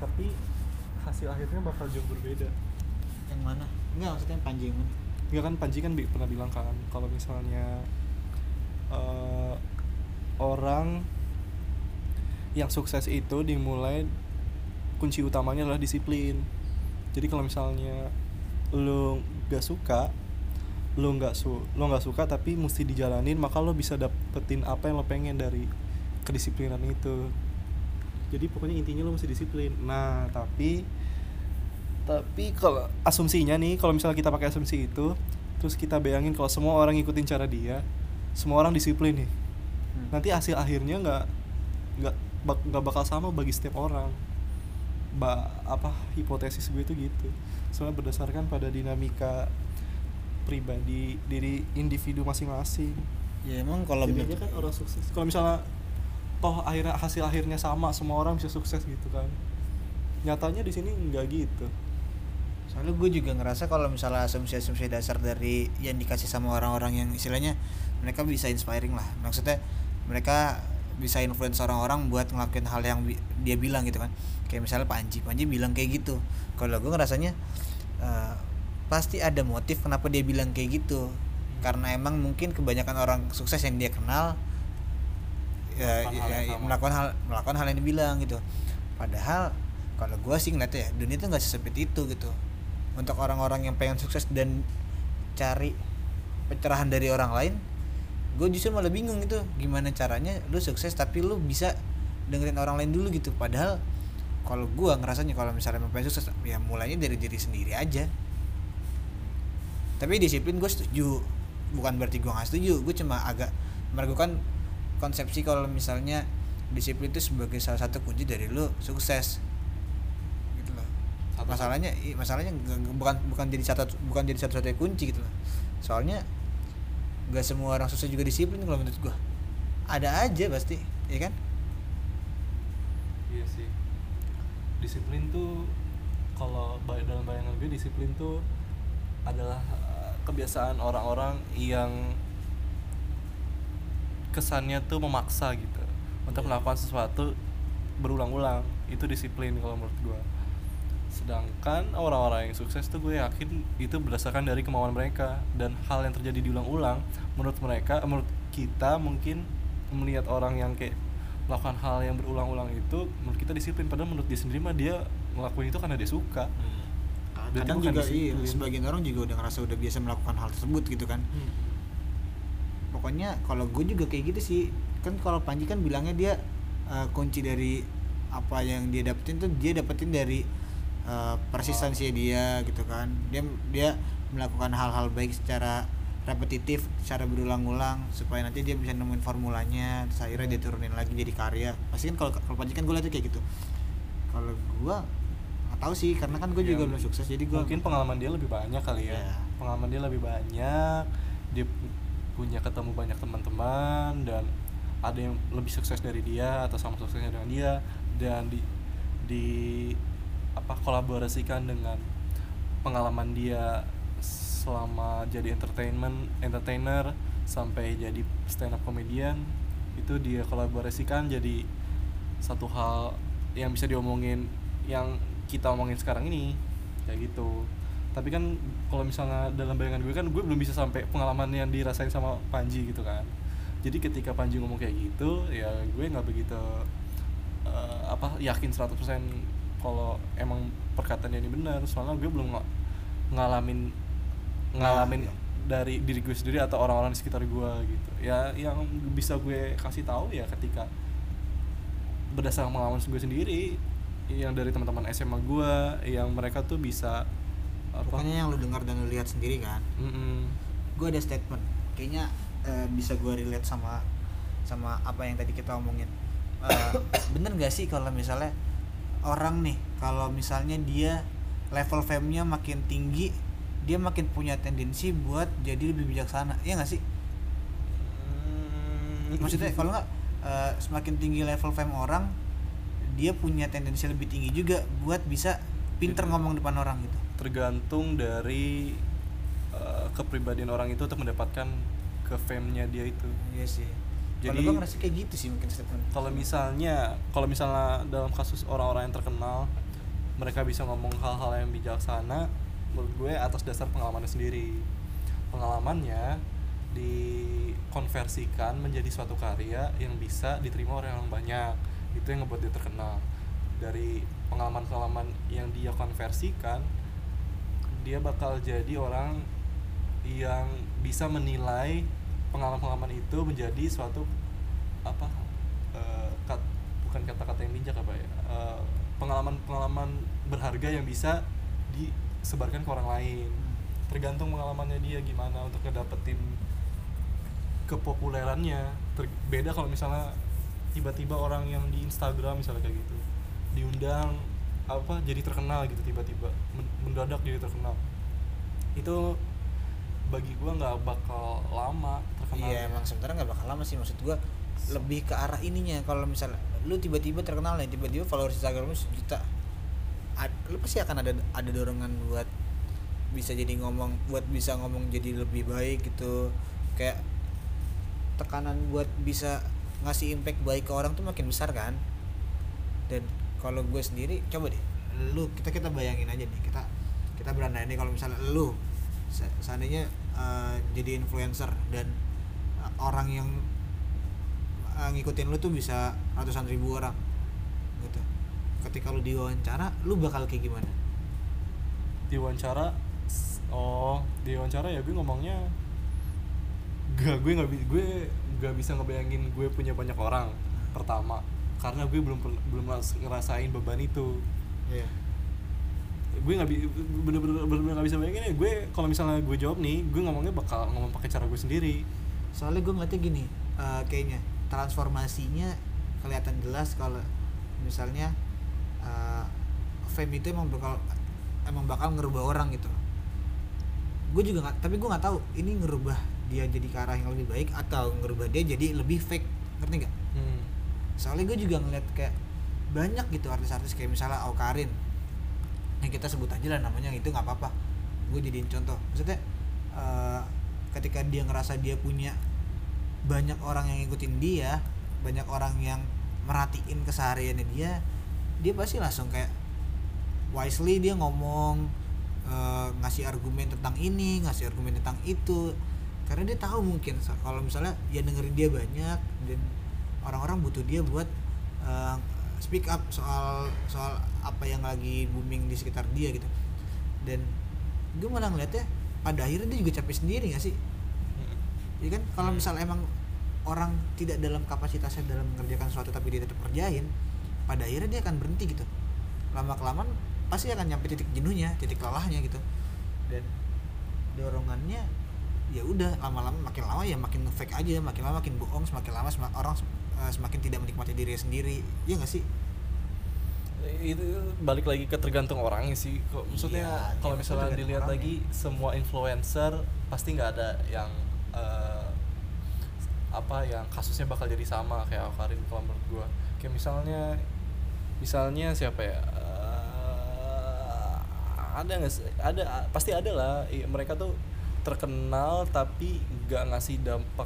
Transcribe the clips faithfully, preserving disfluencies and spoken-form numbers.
tapi hasil akhirnya bakal jauh berbeda. Yang mana? Enggak, maksudnya Panji yang mana? Enggak kan, Panji kan pernah bilang kan kalau misalnya uh, orang yang sukses itu dimulai, kunci utamanya adalah disiplin. Jadi kalau misalnya lo gak suka, lo nggak su lo nggak suka tapi mesti dijalanin, maka lo bisa dapetin apa yang lo pengen dari kedisiplinan itu. Jadi pokoknya intinya lo mesti disiplin. Nah tapi tapi kalau asumsinya nih, kalau misalnya kita pakai asumsi itu, terus kita bayangin kalau semua orang ngikutin cara dia, semua orang disiplin nih, hmm. nanti hasil akhirnya nggak nggak nggak bakal sama bagi setiap orang. Ba apa hipotesis gue itu gitu, soalnya berdasarkan pada dinamika pribadi diri individu masing-masing. Ya emang kalau jadi kan orang sukses, kalau misalnya toh akhirnya hasil akhirnya sama, semua orang bisa sukses gitu kan, nyatanya di sini nggak gitu. Soalnya gue juga ngerasa kalau misalnya asumsi-asumsi dasar dari yang dikasih sama orang-orang yang istilahnya mereka bisa inspiring lah, maksudnya mereka bisa influence orang-orang buat ngelakuin hal yang bi- dia bilang gitu kan. Kayak misalnya Panji, Panji bilang kayak gitu. Kalau gue ngerasanya uh, pasti ada motif kenapa dia bilang kayak gitu. Hmm. Karena emang mungkin kebanyakan orang sukses yang dia kenal ya, melakukan, ya, hal ya melakukan hal melakukan hal yang dibilang gitu. Padahal kalau gue sih ngeliatnya ya, dunia itu nggak sesempit itu gitu. Untuk orang-orang yang pengen sukses dan cari pencerahan dari orang lain, gue justru malah bingung gitu, gimana caranya lu sukses tapi lu bisa dengerin orang lain dulu gitu. Padahal kalau gue ngerasanya kalau misalnya mau pengen sukses ya mulainya dari diri sendiri aja. Tapi disiplin gue setuju, bukan berarti gue nggak setuju, gue cuma agak meragukan konsepsi kalau misalnya disiplin itu sebagai salah satu kunci dari lu sukses gitu loh. Masalahnya masalahnya bukan bukan jadi satu bukan jadi satu-satunya kunci gitu loh. Soalnya gak semua orang sukses juga disiplin kalau menurut gue. Ada aja pasti, ya kan? Iya sih. Disiplin tuh kalau dalam bayangan gue, disiplin tuh adalah kebiasaan orang-orang yang kesannya tuh memaksa gitu untuk yeah. melakukan sesuatu berulang-ulang. Itu disiplin kalau menurut gue. Sedangkan orang-orang yang sukses tuh gue yakin itu berdasarkan dari kemauan mereka, dan hal yang terjadi diulang-ulang menurut mereka, menurut kita mungkin melihat orang yang kayak melakukan hal yang berulang-ulang itu menurut kita disiplin, padahal menurut dia sendiri mah dia ngelakuin itu karena dia suka. hmm. Kadang juga iya, sebagian orang juga udah ngerasa udah biasa melakukan hal tersebut gitu kan. hmm. Pokoknya kalau gue juga kayak gitu sih kan. Kalau Panji kan bilangnya dia uh, kunci dari apa yang dia dapetin tuh dia dapetin dari uh, persistensi wow. dia gitu kan. Dia dia melakukan hal-hal baik secara repetitif, secara berulang-ulang supaya nanti dia bisa nemuin formulanya, terus akhirnya dia turunin lagi jadi karya. Pasti kan kalau kalau Panji kan gue lihat kayak gitu. Kalau gue nggak tahu sih, karena kan gue ya, juga belum sukses, jadi gue mungkin pengalaman dia lebih banyak kali ya. ya. Pengalaman dia lebih banyak, dia punya ketemu banyak teman-teman dan ada yang lebih sukses dari dia atau sama suksesnya dengan dia, dan di di apa kolaborasikan dengan pengalaman dia selama jadi entertainment entertainer sampai jadi stand up comedian, itu dia kolaborasikan jadi satu hal yang bisa diomongin, yang kita omongin sekarang ini kayak gitu. Tapi kan kalau misalnya dalam bayangan gue kan gue belum bisa sampai pengalaman yang dirasain sama Panji gitu kan. Jadi ketika Panji ngomong kayak gitu ya gue nggak begitu uh, apa yakin seratus persen kalau emang perkataannya ini benar, soalnya gue belum ng- ngalamin ngalamin nah, dari diri gue sendiri atau orang-orang di sekitar gue gitu ya. Yang bisa gue kasih tahu ya ketika berdasarkan pengalaman gue sendiri, yang dari teman-teman S M A gue, yang mereka tuh bisa apa? Pokoknya yang lu dengar dan lu lihat sendiri kan. Mm-mm. Gue ada statement kayaknya uh, bisa gue relate sama sama apa yang tadi kita omongin. Uh, bener gak sih kalau misalnya orang nih, kalau misalnya dia level fame-nya makin tinggi, dia makin punya tendensi buat jadi lebih bijaksana, iya nggak sih? Hmm, maksudnya kalau nggak uh, semakin tinggi level fame orang, dia punya tendensi lebih tinggi juga buat bisa pinter jadi, ngomong depan orang gitu. Tergantung dari uh, kepribadian orang itu untuk mendapatkan ke fame-nya dia itu. Iya sih. Jadi kalau gue ngerasa kayak gitu sih mungkin statement. Kalau misalnya, kalau misalnya dalam kasus orang-orang yang terkenal, mereka bisa ngomong hal-hal yang bijaksana menurut gue atas dasar pengalamannya sendiri. Pengalamannya dikonversikan menjadi suatu karya yang bisa diterima oleh orang banyak. Itu yang ngebuat dia terkenal. Dari pengalaman-pengalaman yang dia konversikan, dia bakal jadi orang yang bisa menilai pengalaman-pengalaman itu menjadi suatu apa uh, kat, bukan kata-kata yang bijak apa ya uh, pengalaman-pengalaman berharga yang bisa disebarkan ke orang lain. Tergantung pengalamannya dia gimana untuk ngedapetin kepopulerannya. Ter- beda kalau misalnya tiba-tiba orang yang di Instagram misalnya kayak gitu diundang apa jadi terkenal gitu, tiba-tiba mendadak jadi terkenal, itu bagi gue nggak bakal lama terkenal. Iya emang sebenarnya nggak bakal lama sih, maksud gue lebih ke arah ininya. Kalau misalnya lu tiba-tiba terkenal nih, tiba-tiba followers Instagram lu sejuta, ad, lu pasti akan ada ada dorongan buat bisa jadi ngomong, buat bisa ngomong jadi lebih baik gitu. Kayak tekanan buat bisa ngasih impact baik ke orang tuh makin besar kan. Dan kalau gue sendiri, coba deh lu kita kita bayangin aja nih, kita kita berandai nih kalau misalnya lu seandainya uh, jadi influencer dan uh, orang yang uh, ngikutin lu tuh bisa ratusan ribu orang gitu. Ketika lu diwawancara, lu bakal kayak gimana? Diwawancara, oh diwawancara ya gue ngomongnya gak, gue nggak gue nggak bisa ngebayangin gue punya banyak orang. Pertama karena gue belum belum ngerasain beban itu. Yeah. Gue nggak bener-bener bener-bener nggak bisa bayangin ya. Gue kalau misalnya gue jawab nih, gue ngomongnya bakal ngomong pakai cara gue sendiri. Soalnya gue ngeliatnya gini, uh, kayaknya transformasinya kelihatan jelas kalau misalnya uh, fame itu emang bakal emang bakal ngerubah orang gitu. Gue juga nggak, tapi gue nggak tahu ini ngerubah dia jadi ke arah yang lebih baik atau ngerubah dia jadi lebih fake, ngerti nggak? Hmm. Soalnya gue juga ngeliat kayak banyak gitu artis-artis kayak misalnya Awkarin, yang kita sebut aja lah namanya, itu nggak apa-apa, gue jadiin contoh. Maksudnya uh, ketika dia ngerasa dia punya banyak orang yang ngikutin dia, banyak orang yang merhatiin kesehariannya dia, dia pasti langsung kayak wisely dia ngomong, uh, ngasih argumen tentang ini, ngasih argumen tentang itu, karena dia tahu mungkin kalau misalnya ya dengerin dia banyak dan orang-orang butuh dia buat uh, speak up soal soal apa yang lagi booming di sekitar dia gitu. Dan gue malah ngeliatnya pada akhirnya dia juga capek sendiri nggak sih? Jadi kan kalau misalnya emang orang tidak dalam kapasitasnya dalam mengerjakan sesuatu tapi dia tetap kerjain, pada akhirnya dia akan berhenti gitu. Lama kelamaan pasti akan nyampe titik jenuhnya, titik lelahnya gitu. Dan dorongannya ya udah lama-lama makin lama ya makin fake aja, makin lama makin bohong, semakin lama semakin orang uh, semakin tidak menikmati dirinya sendiri. Iya nggak sih? Itu balik lagi ke tergantung orangnya sih. Kok maksudnya iya, kalau misalnya dilihat orangnya. lagi semua influencer pasti nggak ada yang uh, apa yang kasusnya bakal jadi sama kayak Awkarin kalau menurut gua. Kayak misalnya misalnya siapa ya? Uh, ada nggak sih? Ada, pasti ada lah. Mereka tuh terkenal tapi nggak ngasih dampak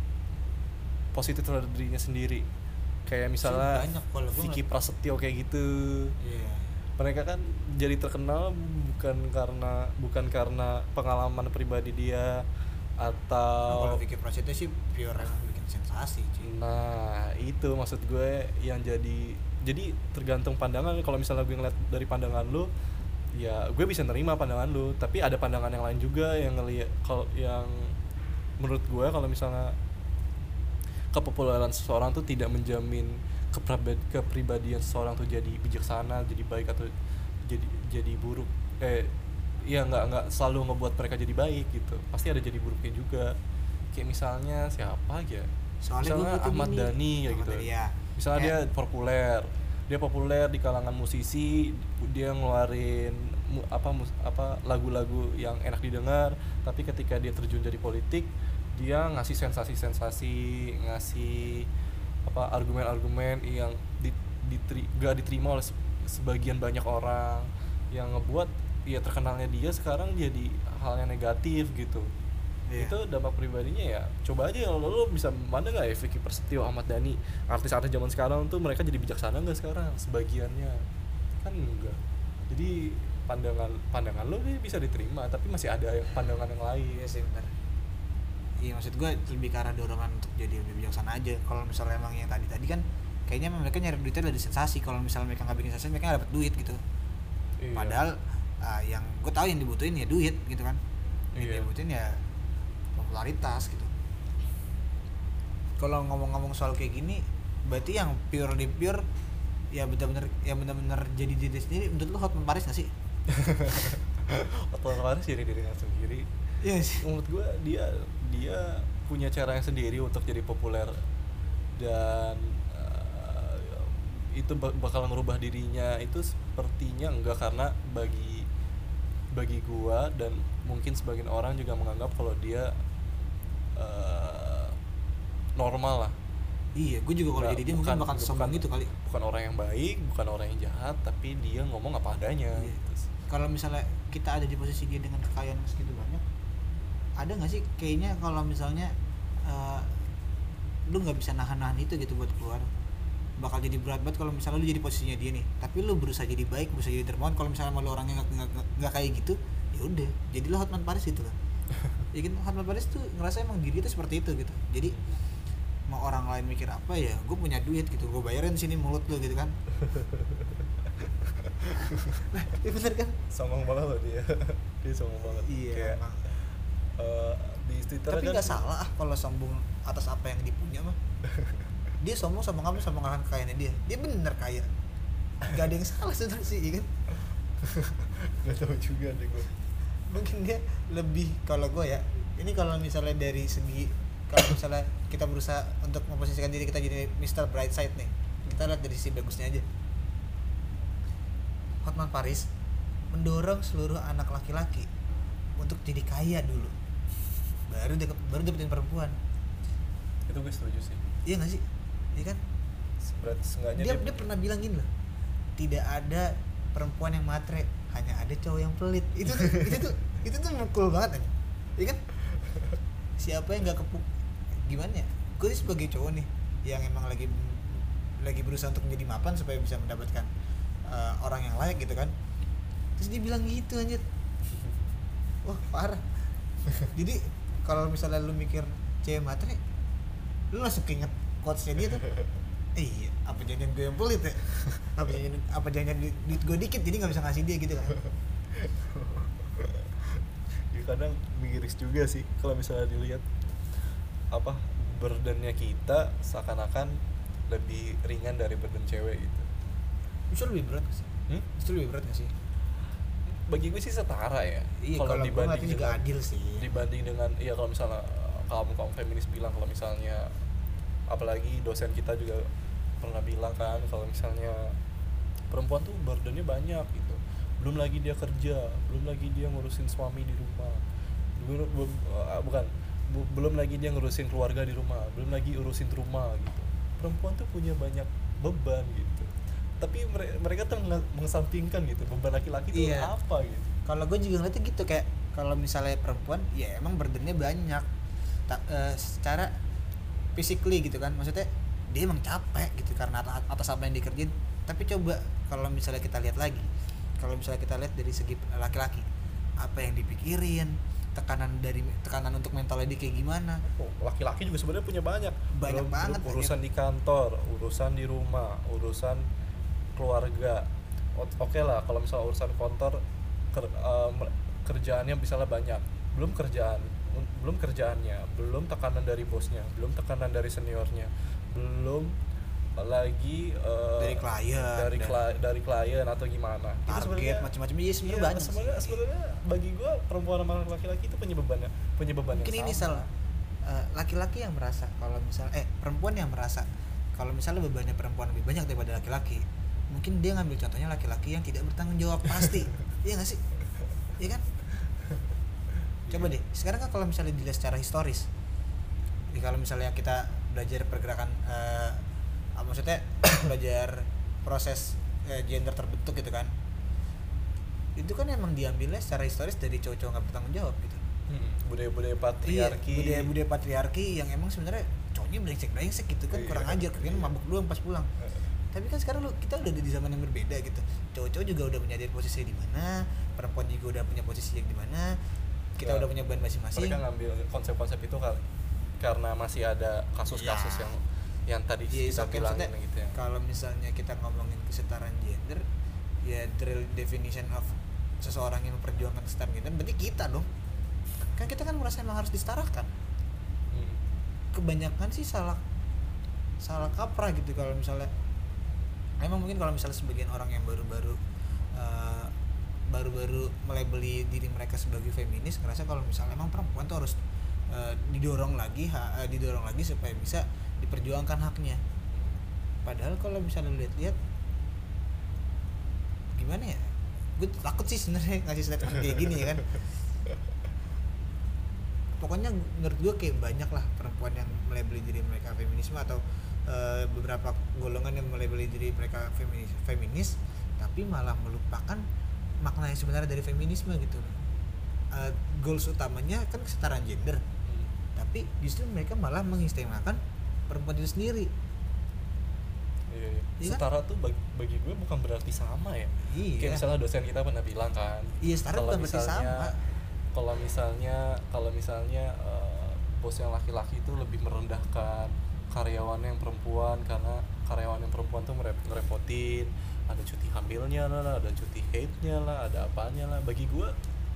positif terhadap dirinya sendiri. Kayak misalnya Vicky Prasetyo kayak gitu. Yeah. Mereka kan jadi terkenal bukan karena bukan karena pengalaman pribadi dia atau nah, kalau Vicky Prasetyo sih pure emang bikin sensasi cuy. Nah itu maksud gue yang jadi jadi tergantung pandangan. Kalau misalnya gue ngeliat dari pandangan lu, ya gue bisa nerima pandangan lu, tapi ada pandangan yang lain juga yang ngeliat kalau yang menurut gue kalau misalnya kepopuleran seseorang tuh tidak menjamin kepribadian seseorang tuh jadi bijaksana, jadi baik atau jadi jadi buruk. Eh ya nggak nggak selalu ngebuat mereka jadi baik gitu. Pasti ada jadi buruknya juga. Kayak misalnya siapa aja? Soalnya misalnya Ahmad ini, Dhani ya gitu. Dhani, ya. Misalnya ya. dia populer, dia populer di kalangan musisi, dia ngeluarin mu, apa mus, apa lagu-lagu yang enak didengar, tapi ketika dia terjun jadi politik, dia ngasih sensasi-sensasi, ngasih apa argumen-argumen yang di, diteri, gak diterima oleh sebagian banyak orang, yang ngebuat ya terkenalnya dia sekarang jadi hal yang negatif gitu. Yeah. Itu dampak pribadinya ya. Coba aja lo, lo bisa mana nggak ya Vicky Prasetyo, Ahmad Dhani, artis-artis zaman sekarang tuh mereka jadi bijaksana nggak sekarang sebagiannya? Kan enggak. Jadi pandangan pandangan lo nih bisa diterima, tapi masih ada pandangan yang lain. Iya sih benar. Iya maksud gue lebih ke arah dorongan untuk jadi lebih bijaksana aja. Kalau misalnya emang yang tadi tadi kan kayaknya mereka nyari duitnya dari sensasi. Kalau misalnya mereka nggak bikin sensasi, mereka nggak dapet duit gitu. Iya. Padahal uh, yang gue tahu yang dibutuhin ya duit gitu kan. Yang iya. dibutuhin ya popularitas gitu. Kalau ngomong-ngomong soal kayak gini, berarti yang pure di pure ya benar-benar yang benar-benar jadi diri sendiri. Menurut lu Hotman Paris nggak sih? Hotman Paris jadi dirinya sendiri. Iya sih. Menurut gue dia dia punya cara yang sendiri untuk jadi populer, dan uh, itu bakal merubah dirinya itu sepertinya enggak, karena bagi bagi gue dan mungkin sebagian orang juga menganggap kalau dia uh, normal lah. Iya, gue juga kalau jadi dia mungkin bakal sombong gitu kali. Bukan orang yang baik, bukan orang yang jahat, tapi dia ngomong apa adanya. Iya. Gitu. Kalau misalnya kita ada di posisi dia dengan kekayaan segitu banyak, ada nggak sih kayaknya kalau misalnya uh, lu nggak bisa nahan-nahan itu gitu buat keluar, bakal jadi berat banget kalau misalnya lu jadi posisinya dia nih, tapi lu berusaha jadi baik, berusaha jadi dermawan. Kalau misalnya malu orangnya nggak nggak kayak gitu, ya udah, jadilah Hotman Paris gitu lah. Ya kan Hotman Paris tuh ngerasa emang diri itu seperti itu gitu. Jadi mau orang lain mikir apa ya, gue punya duit gitu, gue bayarin sini mulut lu gitu kan. Nah, ya bener kan? Sombong banget loh dia. Dia sombong banget. Iya. Kayak, emang. Uh, di Twitter tapi nggak kan salah ah kalau sombong atas apa yang dipunya mah. Dia sombong sama kamu, sombong akan kekayaannya dia. Dia bener kaya. Gak ada yang salah sebenarnya sih kan. Gak tahu juga deh gue. Mungkin dia lebih, kalau gue ya, ini kalau misalnya dari segi, kalau misalnya kita berusaha untuk memposisikan diri kita jadi mister Brightside nih, kita lihat dari sisi bagusnya aja. Hotman Paris mendorong seluruh anak laki-laki untuk jadi kaya dulu, baru dapet, baru dapetin perempuan. Itu gue setuju sih. Iya nggak sih? Iya kan? Berat, dia, dia dia pernah bilang gini loh, tidak ada perempuan yang matre, hanya ada cowok yang pelit. Itu tuh, itu tuh itu tuh mukul banget aja. Iya kan? Siapa yang nggak kepuk? Gimana ya? Gue sebagai cowok nih yang emang lagi lagi berusaha untuk menjadi mapan supaya bisa mendapatkan uh, orang yang layak gitu kan. Terus dia bilang gitu anjir. Wah parah. Jadi kalau misalnya lu mikir cewek matre, lu langsung keinget quotes-nya dia tuh. Eh, iya, apa jangan gue yang pelit ya? Apa jangan apa jangan duit gue dikit jadi nggak bisa ngasih dia gitu kan? Ya, kadang miris juga sih kalau misalnya dilihat apa burdennya kita seakan-akan lebih ringan dari burden cewek gitu. Bisa lebih berat sih. Hmm? Bisa lebih berat nggak sih? Bagi gue sih setara ya. Iya, kalau dibanding dengan, juga adil sih. Dibanding dengan ya kalau misalnya kaum kaum feminis bilang kalau misalnya, apalagi dosen kita juga pernah bilang kan kalau misalnya perempuan tuh burdennya banyak gitu. Belum lagi dia kerja, belum lagi dia ngurusin suami di rumah. Belum, belum bukan bu, belum lagi dia ngurusin keluarga di rumah, belum lagi urusin rumah gitu. Perempuan tuh punya banyak beban gitu. Tapi mereka, mereka tuh mengesampingkan gitu beban laki-laki itu iya. Apa gitu. Kalau gue juga ngeliatnya gitu, kayak kalau misalnya perempuan ya emang burdennya banyak Ta, uh, secara physically gitu kan, maksudnya dia emang capek gitu karena atas apa yang dikerjain. Tapi coba kalau misalnya kita lihat lagi, kalau misalnya kita lihat dari segi laki-laki, apa yang dipikirin, tekanan dari tekanan untuk mentalnya dia kayak gimana. Oh, laki-laki juga sebenarnya punya banyak banyak Ur- banget urusan banyak. Di kantor, urusan di rumah, urusan keluarga. Oke okay lah kalau misalnya urusan kantor ker, uh, kerjaannya misalnya banyak, belum kerjaan belum kerjaannya, belum tekanan dari bosnya, belum tekanan dari seniornya, belum lagi uh, dari klien dari kli- dari klien atau gimana target macam-macam. Iya sebenarnya banyak sebenarnya sebenarnya bagi gue perempuan sama laki-laki itu punya beban punya beban mungkin yang ini salah uh, laki-laki yang merasa kalau misal eh perempuan yang merasa kalau misalnya bebannya perempuan lebih banyak daripada laki-laki, mungkin dia ngambil contohnya laki-laki yang tidak bertanggung jawab pasti. Iya nggak sih? Iya kan? Coba deh sekarang kan kalau misalnya dilihat secara historis, jadi kalau misalnya kita belajar pergerakan uh, maksudnya belajar proses uh, gender terbentuk gitu kan, itu kan emang diambilnya secara historis dari cowok-cowok nggak bertanggung jawab gitu. hmm, budaya-budaya patriarki. Iya, budaya-budaya patriarki yang emang sebenarnya cowoknya brengsek-brengsek gitu kan, iya. Kurang ajar, kerjanya mabuk doang pas pulang. Tapi kan sekarang lu kita udah di zaman yang berbeda gitu. Cowok-cowok juga udah menyadari posisi di mana, perempuan juga udah punya posisi yang di mana. Kita ya, udah punya beban masing-masing. Mereka ngambil konsep-konsep itu kali karena masih ada kasus-kasus ya. yang yang tadi ya, kita bilangin gitu ya. Kalau misalnya kita ngomongin kesetaraan gender, ya the real definition of seseorang yang memperjuangkan kesetaraan gender berarti kita dong. Kan kita kan merasa emang harus disetarakan. Hmm. Kebanyakan sih salah salah kaprah gitu kalau misalnya emang mungkin kalau misalnya sebagian orang yang baru-baru uh, baru-baru melabeli diri mereka sebagai feminis ngerasa kalau misalnya emang perempuan tuh harus uh, didorong lagi ha, uh, didorong lagi supaya bisa diperjuangkan haknya. Padahal kalau misalnya lihat-lihat gimana ya, gue takut sih sebenarnya ngasih statement kayak gini ya kan. Pokoknya menurut gue kayak banyak lah perempuan yang melabeli diri mereka feminisme atau uh, beberapa golongan yang melabeli diri mereka feminis, feminis tapi malah melupakan makna yang sebenarnya dari feminisme gitu. Uh, goals utamanya kan kesetaraan gender, hmm. tapi justru mereka malah mengistimewakan perempuan itu sendiri. Iya, iya. Ya, setara kan? Tuh bagi, bagi gue bukan berarti sama ya. Iya. Kayak misalnya dosen kita pernah bilang kan. Iya, setara bukan berarti sama. Kalau misalnya kalau misalnya uh, bos yang laki-laki itu lebih merendahkan karyawannya yang perempuan karena karyawan yang perempuan tuh ngerepotin, ada cuti hamilnya lah, ada cuti haidnya lah, ada apanya lah. Bagi gue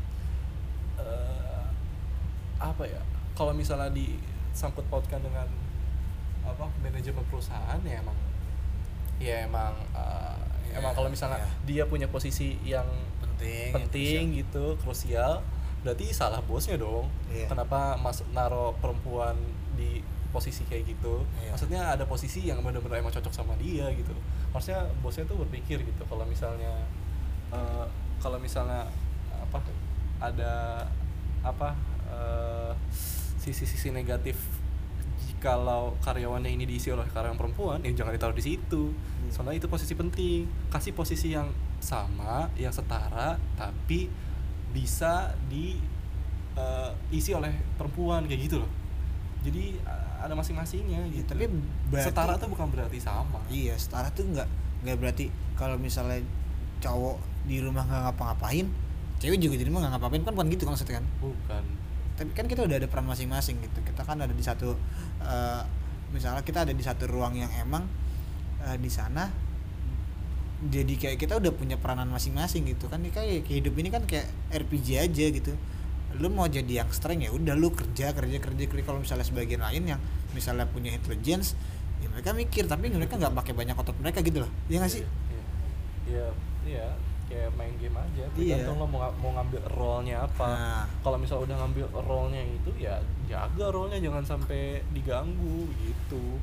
uh, apa ya? Kalau misalnya disangkut pautkan dengan apa manajemen perusahaan ya emang ya emang uh, ya, emang kalau misalnya ya. Dia punya posisi yang penting, penting krusial. Gitu krusial, berarti salah bosnya dong. Ya. Kenapa mas naro perempuan di posisi kayak gitu? Ya. Maksudnya ada posisi yang benar-benar emang cocok sama dia gitu. Maksudnya bosnya tuh berpikir gitu kalau misalnya uh, kalau misalnya apa ada apa uh, sisi-sisi negatif kalau karyawannya ini diisi oleh karyawan perempuan, ya jangan ditaruh di situ. Hmm. Soalnya itu posisi penting. Kasih posisi yang sama, yang setara, tapi bisa diisi uh, oleh perempuan kayak gitu loh. Jadi uh, ada masing-masingnya gitu. Tapi berarti, setara tuh bukan berarti sama. Iya, setara tuh nggak nggak berarti kalau misalnya cowok di rumah nggak ngapa-ngapain, cewek juga di rumah nggak ngapa-ngapain kan bukan gitu kan maksudnya kan? Bukan. Tapi kan kita udah ada peran masing-masing gitu. Kita kan ada di satu uh, misalnya kita ada di satu ruang yang emang uh, di sana jadi kayak kita udah punya peranan masing-masing gitu kan. Kayak hidup ini kan kayak R P G aja gitu. Lu mau jadi yang strength ya udah lu kerja kerja kerja kerja. Kalau misalnya sebagian lain yang misalnya punya intelligence ya mereka mikir tapi mereka nggak pakai banyak otot mereka gitu loh. Iya nggak sih? Iya iya kayak main game aja, tergantung iya. Lo mau mau ngambil role-nya apa. Nah. Kalau misal udah ngambil role-nya itu ya jaga role-nya jangan sampai diganggu gitu.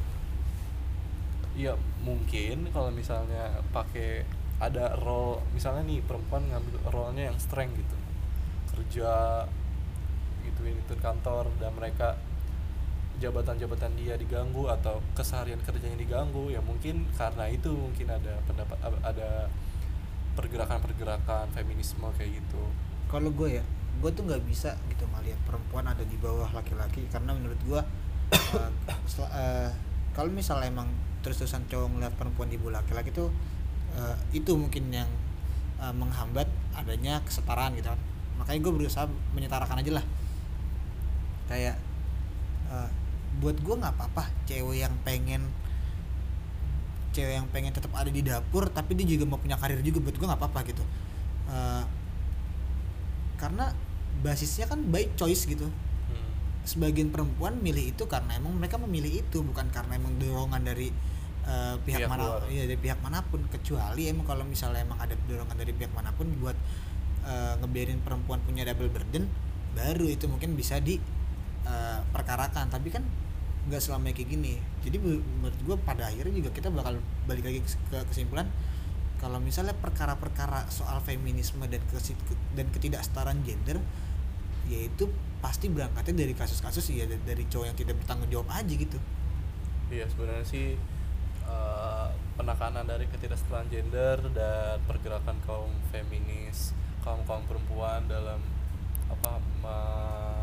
Ya mungkin kalau misalnya pakai ada role misalnya nih perempuan ngambil role-nya yang strength gitu. Kerja gitu ini di kantor dan mereka jabatan-jabatan dia diganggu atau keseharian kerjanya diganggu ya mungkin karena itu mungkin ada pendapat ada pergerakan-pergerakan feminisme kayak gitu. Kalau gue ya, gue tuh nggak bisa gitu ngelihat perempuan ada di bawah laki-laki karena menurut gue uh, uh, kalau misalnya emang terus-terusan cowok ngeliat perempuan di bawah laki-laki tuh uh, itu mungkin yang uh, menghambat adanya kesetaraan gitu kan. Makanya gue berusaha menyetarakan aja lah. Kayak uh, buat gue nggak apa-apa cewek yang pengen cewek yang pengen tetap ada di dapur tapi dia juga mau punya karir juga, buat gue nggak apa-apa gitu. Uh, karena basisnya kan by choice gitu. Hmm. Sebagian perempuan milih itu karena emang mereka memilih itu, bukan karena emang dorongan dari uh, pihak, pihak mana, ya dari pihak manapun. Kecuali emang kalau misalnya emang ada dorongan dari pihak manapun buat uh, ngebiarin perempuan punya double burden, baru itu mungkin bisa di uh, perkarakan. Tapi kan nggak selamanya kayak gini. Jadi menurut gue pada akhirnya juga kita bakal balik lagi ke kesimpulan kalau misalnya perkara-perkara soal feminisme dan kesit dan ketidaksetaraan gender yaitu pasti berangkatnya dari kasus-kasus ya dari cowok yang tidak bertanggung jawab aja gitu. Iya sebenarnya sih uh, penekanan dari ketidaksetaraan gender dan pergerakan kaum feminis, kaum kaum perempuan dalam apa me-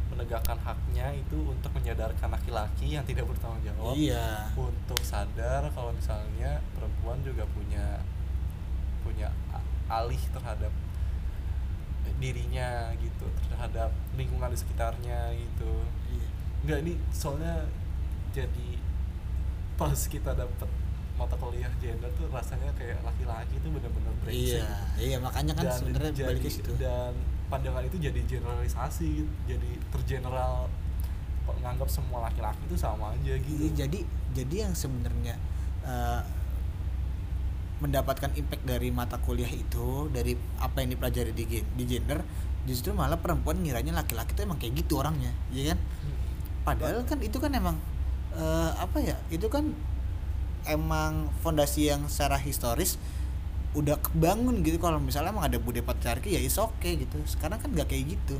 menegakkan haknya itu untuk menyadarkan laki-laki yang tidak bertanggung jawab, iya, untuk sadar kalau misalnya perempuan juga punya punya alih terhadap dirinya gitu, terhadap lingkungan di sekitarnya gitu. iya. Enggak, ini soalnya jadi pas kita dapat mata kuliah gender tuh rasanya kayak laki-laki itu benar-benar brengsek. Iya, iya makanya kan Dan sebenarnya jadi- balik ke situ. dan pandangan itu jadi generalisasi, jadi tergeneral, kok nganggap semua laki-laki itu sama aja gitu. Iya, jadi jadi yang sebenarnya uh, mendapatkan impact dari mata kuliah itu, dari apa yang dipelajari di gen- di gender, justru malah perempuan ngiranya laki-laki itu emang kayak gitu orangnya, ya kan? Padahal kan itu kan emang uh, apa ya? Itu kan emang fondasi yang secara historis udah kebangun gitu. Kalau misalnya emang ada budaya patriarki ya is oke gitu. Sekarang kan nggak kayak gitu.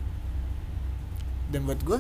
Dan buat gue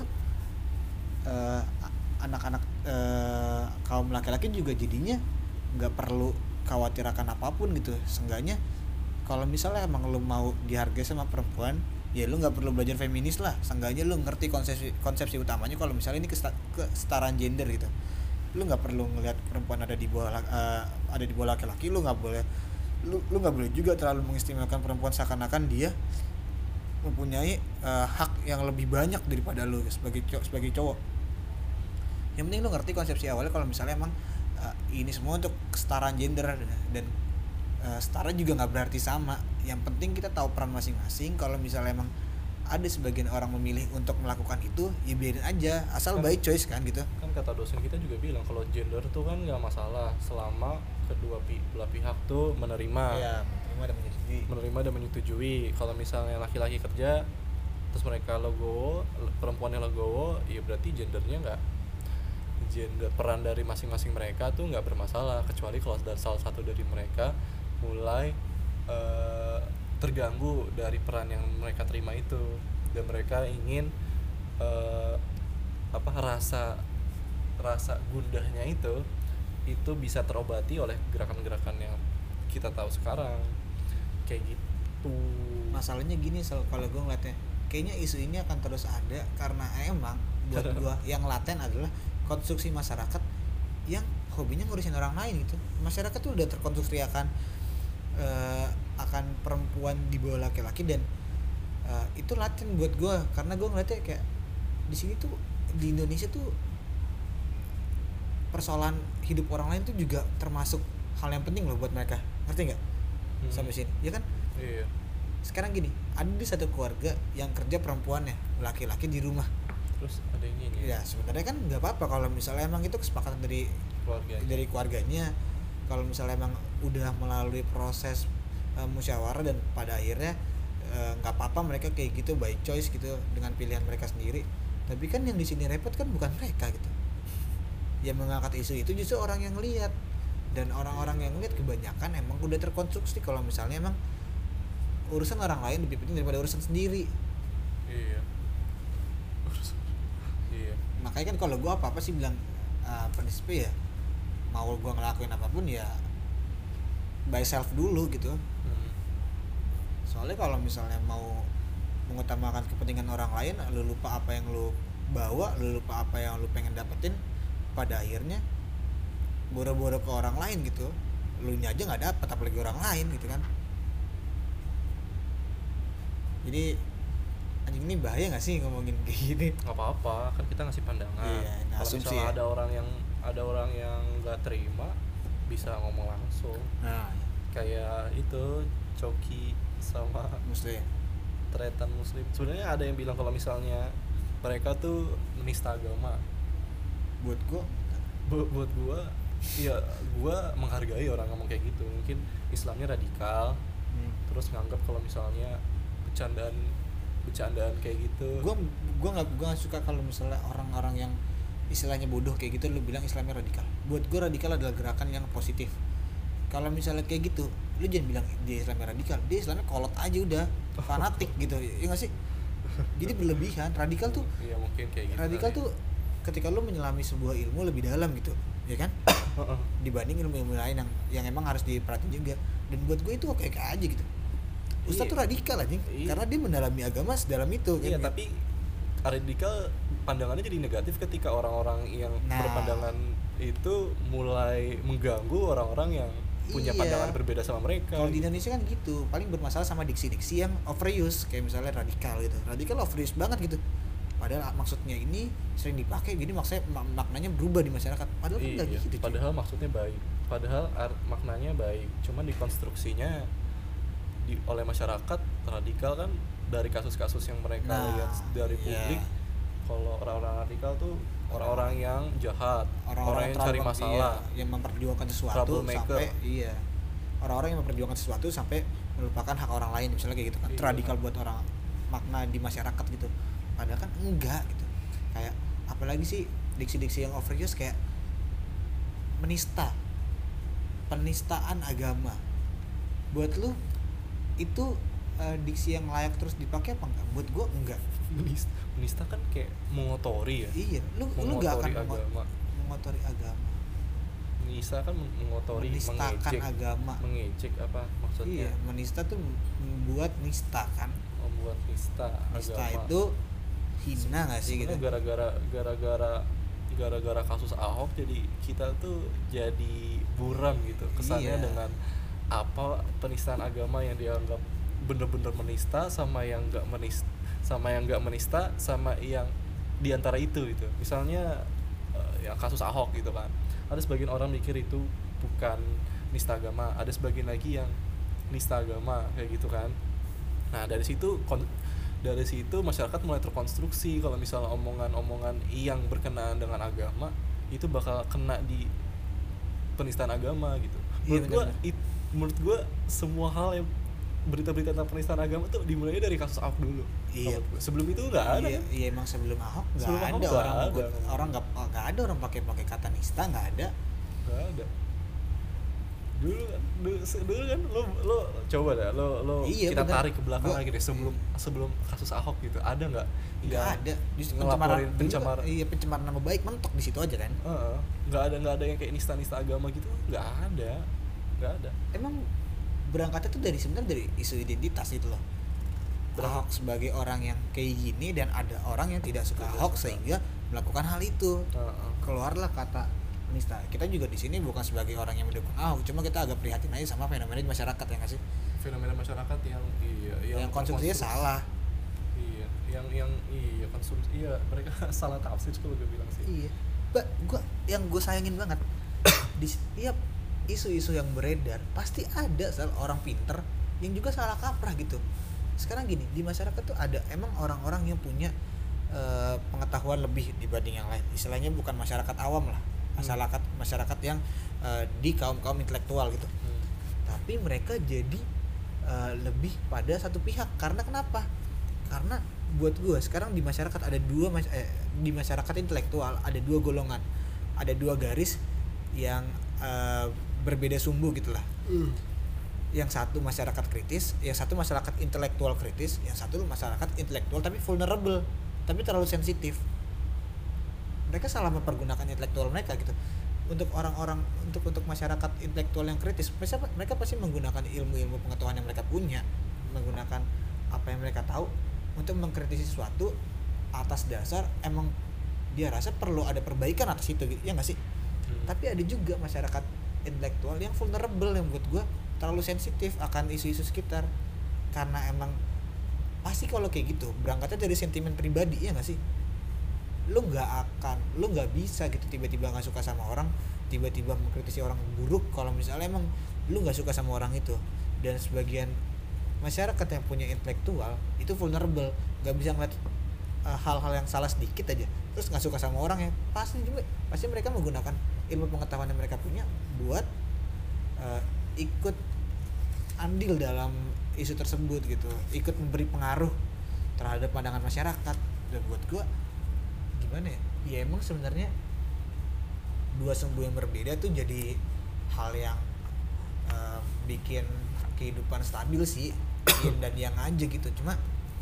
uh, anak-anak uh, kaum laki-laki juga jadinya nggak perlu khawatir akan apapun gitu. Seenggaknya kalau misalnya emang lu mau dihargai sama perempuan, ya lu nggak perlu belajar feminis lah. Seenggaknya lu ngerti konsepsi konsepsi utamanya kalau misalnya ini kesta- kesetaraan gender gitu. Lu nggak perlu ngelihat perempuan ada di bawah uh, ada di bawah laki-laki. Lu nggak boleh lu lu nggak boleh juga terlalu mengistimewakan perempuan seakan-akan dia mempunyai uh, hak yang lebih banyak daripada lu sebagai cowok, sebagai cowok. Yang penting lu ngerti konsepsi awalnya kalau misalnya emang uh, ini semua untuk kesetaraan gender, dan uh, setara juga nggak berarti sama. Yang penting kita tahu peran masing-masing. Kalau misalnya emang ada sebagian orang memilih untuk melakukan itu, ya biarin aja, asal Kan- by choice kan gitu. Kan kata dosen kita juga bilang kalau gender tuh kan nggak masalah selama kedua pi- belah pihak tuh menerima, Iya, menerima dan menyetujui. menerima dan menyetujui. Kalau misalnya laki-laki kerja terus mereka legowo, perempuannya legowo, ya berarti gendernya nggak, gender peran dari masing-masing mereka tuh nggak bermasalah, kecuali kalau dari salah satu dari mereka mulai uh, terganggu dari peran yang mereka terima itu, dan mereka ingin uh, apa rasa rasa gundahnya itu itu bisa terobati oleh gerakan-gerakan yang kita tahu sekarang kayak gitu. Masalahnya gini, so, kalau gue ngeliatnya kayaknya isu ini akan terus ada karena emang buat gue yang laten adalah konstruksi masyarakat yang hobinya ngurusin orang lain gitu. Masyarakat tuh udah terkonstruksi akan uh, akan perempuan di bawah laki-laki, dan uh, itu laten buat gue karena gue ngeliatnya kayak di sini tuh di Indonesia tuh persoalan hidup orang lain tuh juga termasuk hal yang penting loh buat mereka, ngerti nggak? Hmm. Sampai sini ya kan? Iya. Sekarang gini, ada di satu keluarga yang kerja perempuannya, laki-laki di rumah. Terus ada ini nih. Ya sebenarnya kan nggak apa-apa kalau misalnya emang itu kesepakatan dari keluarganya. dari keluarganya. Kalau misalnya emang udah melalui proses uh, musyawarah dan pada akhirnya nggak uh, apa-apa mereka kayak gitu by choice gitu dengan pilihan mereka sendiri. Tapi kan yang di sini repot kan bukan mereka gitu. Yang mengangkat isu itu justru orang yang lihat, dan orang-orang yang lihat kebanyakan emang udah terkonstruksi kalau misalnya emang urusan orang lain lebih penting daripada urusan sendiri. Iya. Iya. Makanya kan kalau gue apa-apa sih bilang uh, prinsipnya ya mau gue ngelakuin apapun ya by self dulu gitu. Hmm. Soalnya kalau misalnya mau mengutamakan kepentingan orang lain, lu lupa apa yang lu bawa, lu lupa apa yang lu pengen dapetin, pada akhirnya boro-boro ke orang lain gitu. Lu nya aja nggak dapet, apalagi orang lain gitu kan. Jadi anjing ini bahaya nggak sih ngomongin kayak gini? Nggak apa-apa, kan kita ngasih pandangan. Iya, nah, kalau misalnya ya. ada orang yang ada orang yang nggak terima, bisa ngomong langsung. Nah, kayak itu Coki sama Muslim, Tretan Muslim. Sebenarnya ada yang bilang kalau misalnya mereka tuh menista agama. Buat gua, Bu- buat gua, ya gua menghargai orang ngomong kayak gitu. Mungkin Islamnya radikal, hmm. terus nganggap kalau misalnya bercandaan bercandaan kayak gitu. Gua gua nggak gua nggak suka kalau misalnya orang-orang yang istilahnya bodoh kayak gitu lu bilang Islamnya radikal. Buat gua radikal adalah gerakan yang positif. Kalau misalnya kayak gitu, lu jangan bilang dia Islamnya radikal, dia Islamnya kolot aja udah, fanatik gitu, ya nggak sih? Jadi berlebihan. Radikal tuh, iya mungkin kayak gitu. radikal kali. tuh ketika lu menyelami sebuah ilmu lebih dalam gitu, ya kan? Dibanding ilmu-ilmu lain yang yang emang harus diperhatiin juga. Dan buat gue itu oke oke aja gitu. Ustadz Iya. tuh radikal aja, Iya. karena dia mendalami agama sedalam itu. Iya, kan? tapi radikal pandangannya jadi negatif ketika orang-orang yang nah. berpandangan itu mulai mengganggu orang-orang yang punya iya. pandangan berbeda sama mereka. Kalau di Indonesia kan gitu, paling bermasalah sama diksi-diksi yang overuse, kayak misalnya radikal gitu. Radikal overuse banget gitu. Padahal maksudnya ini sering dipakai, jadi maksudnya maknanya berubah di masyarakat. Padahal iya, kan enggak gitu. Padahal cuy. Maksudnya baik. Padahal art, maknanya baik. Cuman dikonstruksinya di oleh masyarakat radikal kan dari kasus-kasus yang mereka nah, lihat dari publik. Yeah. Kalau orang-orang radikal tuh orang-orang yang jahat, orang-orang, orang yang cari masalah, iya, yang memperjuangkan sesuatu sampai iya. Orang-orang yang memperjuangkan sesuatu sampai melupakan hak orang lain, misalnya kayak gitu kan. Iya. Radikal buat orang makna di masyarakat gitu. Padahal kan enggak gitu. Kayak apalagi sih diksi-diksi yang overuse kayak menista. Penistaan agama. Buat lu itu uh, diksi yang layak terus dipakai apa enggak? Buat gua enggak. Menista, menista kan kayak mengotori ya. Iya, lu lu enggak akan agama. mengotori agama. Menista kan mengotori, menistakan agama. Mengejek apa maksudnya? Iya, menista tuh membuat nista kan. Membuat nista, nista agama. Itu hina enggak sih gitu? Gara-gara gara-gara gara-gara kasus Ahok jadi kita tuh jadi buram gitu kesannya iya. Dengan apa penistaan agama yang dianggap bener-bener menista sama yang enggak menista sama yang enggak menista sama yang diantara itu gitu. Misalnya uh, yang kasus Ahok gitu kan. Ada sebagian orang mikir itu bukan nista agama, ada sebagian lagi yang nista agama kayak gitu kan. Nah, dari situ kon- dari situ masyarakat mulai terkonstruksi kalau misalnya omongan-omongan yang berkenaan dengan agama itu bakal kena di penistaan agama gitu. Menurut iya, gua it, menurut gua semua hal yang berita-berita tentang penistaan agama tuh dimulai dari kasus Ahok dulu. Iya. Sebelum itu nggak ada. Iya, iya emang sebelum Ahok nggak ada Ahok orang ada. Gua, orang nggak nggak ada orang pakai pakai kata nista nggak ada. Nggak ada. Dulu kan, dulu, dulu kan lo lo coba dah lo lo iya, kita bener. tarik ke belakang gua, lagi deh sebelum iya. sebelum kasus Ahok gitu ada nggak? Nggak ada. Justru pencemaran pencemaran iya pencemaran nama baik mentok di situ aja kan. Uh, nggak ada nggak ada yang kayak nista-nista agama gitu nggak ada nggak ada. Emang berangkatnya tuh dari sebenarnya dari isu identitas itu loh. Ahok sebagai orang yang kayak gini dan ada orang yang tidak suka Ahok sehingga melakukan hal itu. Uh-uh. Keluarlah kata penista. Kita juga di sini bukan sebagai orang yang mendukung Ahok, cuma kita agak prihatin aja sama fenomena di masyarakat ya nggak sih? Fenomena masyarakat yang iya yang, yang konsumsinya konsumsi. Salah. Iya, yang yang iya konsumsi iya mereka salah tafsir kalau gue bilang sih. Iya. Ba, gua yang gue sayangin banget di setiap isu-isu yang beredar pasti ada orang pinter yang juga salah kaprah gitu. Sekarang gini, di masyarakat tuh ada emang orang-orang yang punya uh, pengetahuan lebih dibanding yang lain. Istilahnya bukan masyarakat awam lah, masyarakat hmm. masyarakat yang uh, di kaum-kaum intelektual gitu. Hmm. Tapi mereka jadi uh, lebih pada satu pihak. Karena kenapa? Karena buat gue sekarang di masyarakat ada dua eh, di masyarakat intelektual ada dua golongan, ada dua garis yang uh, berbeda sumbu gitulah. Hmm. Yang satu masyarakat kritis, yang satu masyarakat intelektual kritis, yang satu masyarakat intelektual tapi vulnerable, tapi terlalu sensitif. Mereka salah mempergunakan intelektual mereka gitu. Untuk orang-orang untuk untuk masyarakat intelektual yang kritis, mereka, mereka pasti menggunakan ilmu-ilmu pengetahuan yang mereka punya, menggunakan apa yang mereka tahu untuk mengkritisi sesuatu atas dasar emang dia rasa perlu ada perbaikan atas itu gitu. Ya enggak sih? Hmm. Tapi ada juga masyarakat intelektual yang vulnerable yang buat gue terlalu sensitif akan isu-isu sekitar karena emang pasti kalau kayak gitu berangkatnya dari sentimen pribadi ya nggak sih, lu nggak akan lu nggak bisa gitu tiba-tiba nggak suka sama orang tiba-tiba mengkritisi orang buruk kalau misalnya emang lu nggak suka sama orang itu. Dan sebagian masyarakat yang punya intelektual itu vulnerable, nggak bisa ngeliat uh, hal-hal yang salah sedikit aja terus nggak suka sama orang ya pasti juga pasti mereka menggunakan ilmu pengetahuan yang mereka punya buat uh, ikut andil dalam isu tersebut gitu, ikut memberi pengaruh terhadap pandangan masyarakat. Dan buat gue gimana ya, ya emang sebenarnya dua sumbu yang berbeda tuh jadi hal yang uh, bikin kehidupan stabil sih, yin dan yang aja gitu. Cuma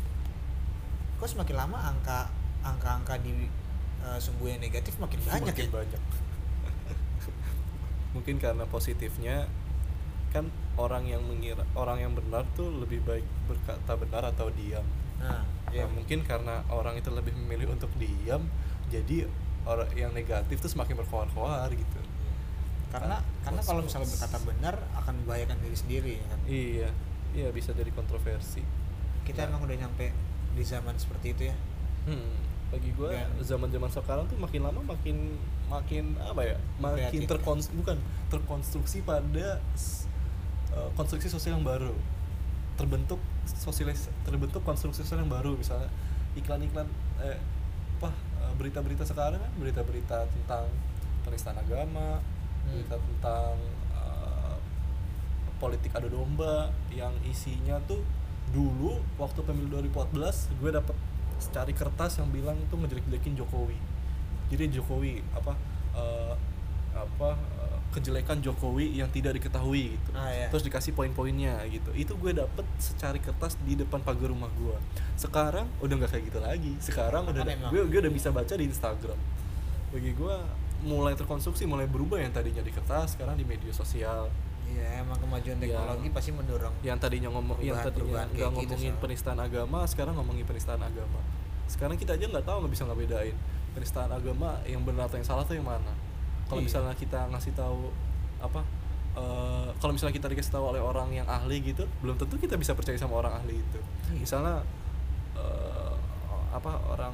kok semakin lama angka angka-angka di uh, sumbu yang negatif makin banyak makin ya? banyak. Mungkin karena positifnya kan orang yang mengira orang yang benar tuh lebih baik berkata benar atau diam. Nah, ya. Nah, mungkin karena orang itu lebih memilih untuk diam, jadi orang yang negatif tuh semakin berkoar-koar gitu. Karena nah, karena kalau misalnya berkata benar akan membahayakan diri sendiri ya kan. Iya. Iya, bisa jadi kontroversi. Kita nah. emang udah nyampe di zaman seperti itu ya. Hmm, bagi gue zaman-zaman sekarang tuh makin lama makin makin apa ya? Makin terkons bukan terkonstruksi pada uh, konstruksi sosial yang baru. Terbentuk sosialis terbentuk konstruksi sosial yang baru, misalnya iklan-iklan eh apa berita-berita sekarang kan, berita-berita tentang penistaan agama, hmm. berita tentang uh, politik adu domba yang isinya tuh dulu waktu pemilu dua ribu empat belas gue dapet secari kertas yang bilang itu ngejelek-jelekin Jokowi. Jadi Jokowi apa uh, apa uh, kejelekan Jokowi yang tidak diketahui gitu. Ah, iya. Terus dikasih poin-poinnya gitu. Itu gue dapet secari kertas di depan pagar rumah gue. Sekarang udah nggak kayak gitu lagi. Sekarang udah gue gue udah bisa baca di Instagram. Bagi gue mulai terkonstruksi, mulai berubah yang tadinya di kertas sekarang di media sosial. Iya, emang kemajuan teknologi yang, pasti mendorong. Yang tadinya ngomong, yang tadinya nggak ngomongin gitu, penistaan agama, sekarang ngomongin penistaan agama. Sekarang kita aja nggak tahu, nggak bisa ngebedain penistaan agama yang benar atau yang salah tuh yang mana. Kalau iya. misalnya kita ngasih tahu apa, uh, kalau misalnya kita dikasih tahu oleh orang yang ahli gitu, belum tentu kita bisa percaya sama orang ahli itu. Iya. Misalnya uh, apa orang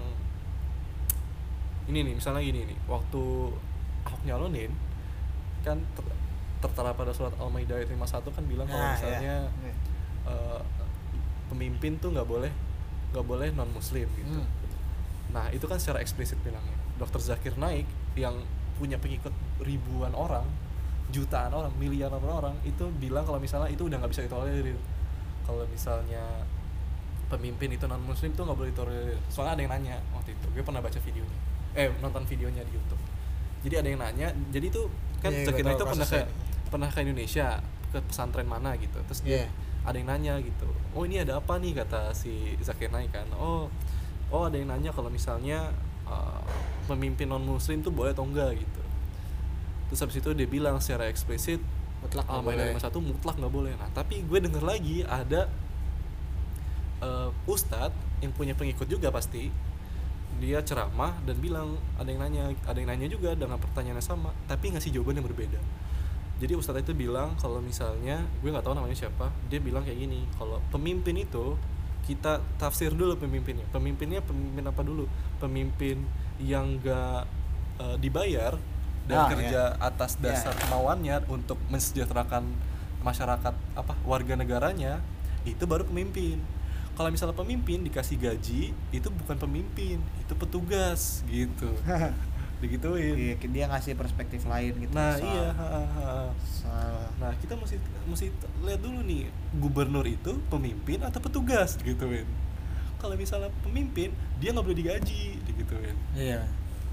ini nih, misalnya gini nih, waktu Ahok nyalonin kan ter- tertera pada surat Al-Maidah ayat lima puluh satu kan bilang kalau nah, misalnya ya. uh, pemimpin tuh nggak boleh nggak boleh non muslim gitu. Hmm. Nah itu kan secara eksplisit bilangnya. Dokter Zakir Naik yang punya pengikut ribuan orang, jutaan orang, miliaran orang itu bilang kalau misalnya itu udah nggak bisa ditolerir. Kalau misalnya pemimpin itu non muslim tuh nggak boleh ditolerir. Soalnya ada yang nanya waktu itu, gue pernah baca videonya, eh nonton videonya di YouTube. Jadi ada yang nanya, jadi tuh kan yeah, Zakir Naik itu pernah ke pernah ke Indonesia, ke pesantren mana gitu, terus yeah. dia ada yang nanya gitu, oh ini ada apa nih, kata si Zakir Naik kan, oh oh ada yang nanya kalau misalnya uh, pemimpin non muslim tuh boleh atau enggak gitu. Terus habis itu dia bilang secara eksplisit mutlak Al-Maidah lima puluh satu mutlak nggak boleh. Nah tapi gue denger lagi ada uh, ustadz yang punya pengikut juga pasti, dia ceramah dan bilang ada yang nanya ada yang nanya juga dengan pertanyaan yang sama tapi ngasih jawaban yang berbeda. Jadi ustadz itu bilang kalau misalnya, gue nggak tahu namanya siapa, dia bilang kayak gini, kalau pemimpin itu kita tafsir dulu pemimpinnya. Pemimpinnya pemimpin apa dulu? Pemimpin yang nggak uh, dibayar dan ah, kerja ya. atas dasar ya. kemauannya untuk mensejahterakan masyarakat apa warga negaranya, itu baru pemimpin. Kalau misalnya pemimpin dikasih gaji, itu bukan pemimpin, itu petugas gitu. Digituin. Iya, dia ngasih perspektif lain gitu. Nah, soal, iya, ha, ha. Soal. Nah, kita mesti mesti lihat dulu nih, gubernur itu pemimpin atau petugas digituin. Kalau misalnya pemimpin, dia nggak boleh digaji digituin. Iya.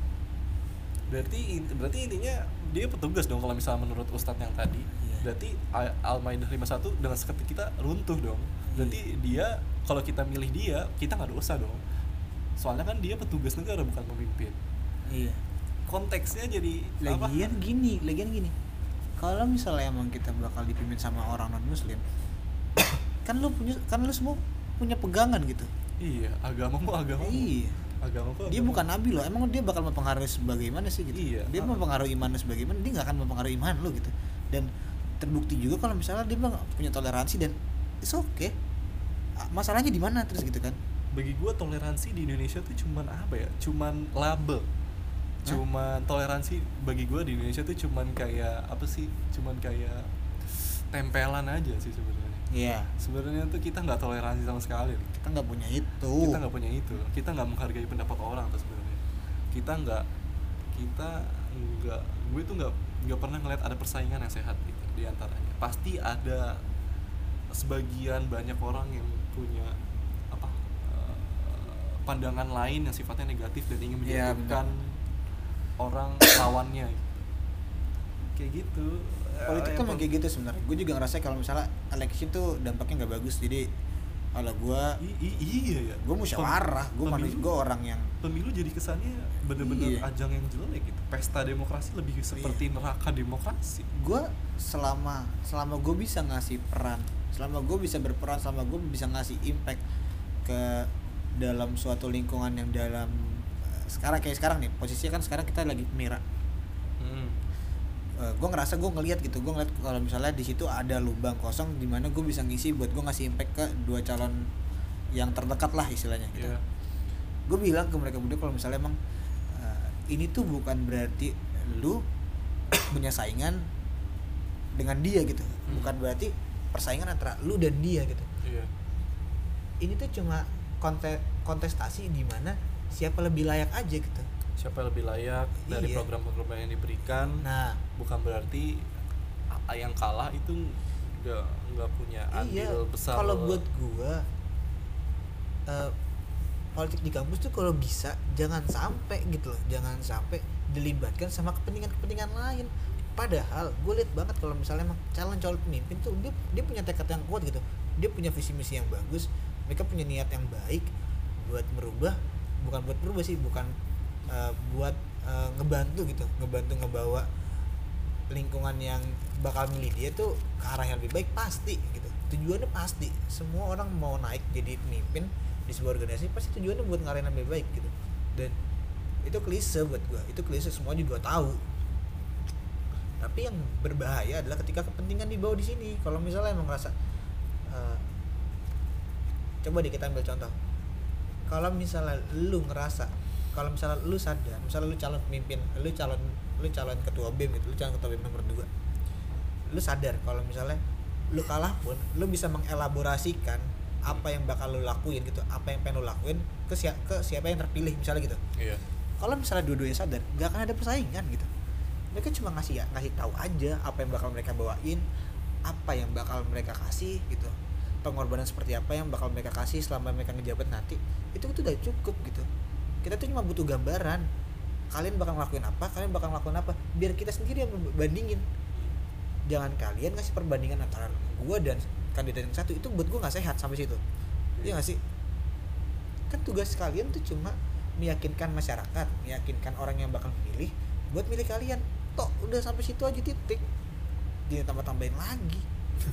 Berarti berarti intinya dia petugas dong kalau misalnya menurut ustadz yang tadi. Iya. Berarti Al-Maidah lima puluh satu dengan seketika kita runtuh dong. Berarti iya. dia kalau kita milih dia, kita nggak dosa dong. Soalnya kan dia petugas negara bukan pemimpin. Iya. Konteksnya jadi lagian apa? gini, lagian gini. Kalau misalnya emang kita bakal dipimpin sama orang non muslim, kan lu punya kan lu semua punya pegangan gitu. Iya, agamamu agama. Iya. Agamaku dia agama. Bukan nabi loh. Emang dia bakal mempengaruhi sebagaimana sih gitu. Iya. Dia mempengaruhi iman sebagaimana, dia enggak akan mempengaruhi iman lu gitu. Dan terbukti juga kalau misalnya dia punya toleransi dan it's okay. Masalahnya di mana terus gitu kan? Bagi gua toleransi di Indonesia tuh cuman apa ya? Cuman label. Cuman Hah? toleransi bagi gue di Indonesia tuh cuman kayak apa sih, cuman kayak tempelan aja sih sebenarnya. Iya. Yeah. Sebenarnya tuh kita nggak toleransi sama sekali. Kita nggak punya itu. Kita nggak punya itu. Kita nggak menghargai pendapat orang tuh sebenarnya. Kita nggak, kita nggak, gue tuh nggak nggak pernah ngeliat ada persaingan yang sehat gitu di antaranya. Pasti ada sebagian banyak orang yang punya apa uh, pandangan lain yang sifatnya negatif dan ingin menjadikan yeah, orang lawannya gitu. Kayak gitu. Politik tuh memang kayak gitu sebenarnya. Gue juga ngerasa kalau misalnya election tuh dampaknya nggak bagus. Jadi Kalau gue I- i- iya ya, gue musyawarah, gue manusia, gue orang yang pemilu jadi kesannya bener-bener iya. ajang yang jelek gitu, pesta demokrasi lebih seperti iya. neraka demokrasi. Gue selama selama gue bisa ngasih peran, selama gue bisa berperan, selama gue bisa ngasih impact ke dalam suatu lingkungan yang dalam sekarang kayak sekarang nih posisinya kan sekarang kita lagi Mira. Hmm. Uh, gue ngerasa gue ngelihat gitu, gue ngeliat kalau misalnya di situ ada lubang kosong di mana gue bisa ngisi buat gue ngasih impact ke dua calon yang terdekat lah istilahnya gitu. Yeah. Gue bilang ke mereka berdua kalau misalnya emang uh, ini tuh bukan berarti lu punya saingan dengan dia gitu, hmm. bukan berarti persaingan antara lu dan dia gitu. Yeah. Ini tuh cuma konte- kontestasi di mana siapa lebih layak aja gitu. Siapa lebih layak dari iya. program-program yang diberikan. Nah, bukan berarti yang kalah itu nggak nggak punya andil iya. besar. Kalau buat gua uh, politik di kampus tuh kalau bisa jangan sampai gitu loh, jangan sampai dilibatkan sama kepentingan-kepentingan lain. Padahal gue lihat banget kalau misalnya emang calon-calon pemimpin tuh dia dia punya tekad yang kuat gitu, dia punya visi misi yang bagus, mereka punya niat yang baik buat merubah, bukan buat berubah sih, bukan uh, buat uh, ngebantu gitu, ngebantu ngebawa lingkungan yang bakal milih dia tuh ke arah yang lebih baik pasti gitu. Tujuannya pasti semua orang mau naik jadi pemimpin di sebuah organisasi pasti tujuannya buat ngarahin yang lebih baik gitu. Dan itu klise buat gua, itu klise semua juga tahu. Tapi yang berbahaya adalah ketika kepentingan dibawa di sini. Kalau misalnya emang ngerasa uh, coba deh kita ambil contoh. Kalau misalnya lu ngerasa, kalau misalnya lu sadar, misalnya lu calon pemimpin, lu calon lu calon ketua B E M gitu, lu calon ketua B E M nomor dua. Lu sadar kalau misalnya lu kalah pun lu bisa mengelaborasikan apa yang bakal lu lakuin gitu, apa yang pengen lu lakuin ke siapa ke siapa yang terpilih misalnya gitu. Iya. Kalau misalnya dua-duanya sadar, enggak akan ada persaingan gitu. Mereka cuma ngasih ya, ngasih tahu aja apa yang bakal mereka bawain, apa yang bakal mereka kasih gitu. Pengorbanan seperti apa yang bakal mereka kasih selama mereka ngejabat nanti, itu itu udah cukup gitu. Kita tuh cuma butuh gambaran, kalian bakal ngelakuin apa, kalian bakal ngelakuin apa, biar kita sendiri yang bandingin. Jangan kalian ngasih perbandingan antara gua dan kandidat yang satu, itu buat gua nggak sehat sampai situ. Iya nggak sih? Kan tugas kalian tuh cuma meyakinkan masyarakat, meyakinkan orang yang bakal memilih buat milih kalian. Tok udah sampai situ aja titik, jangan tambah-tambahin lagi.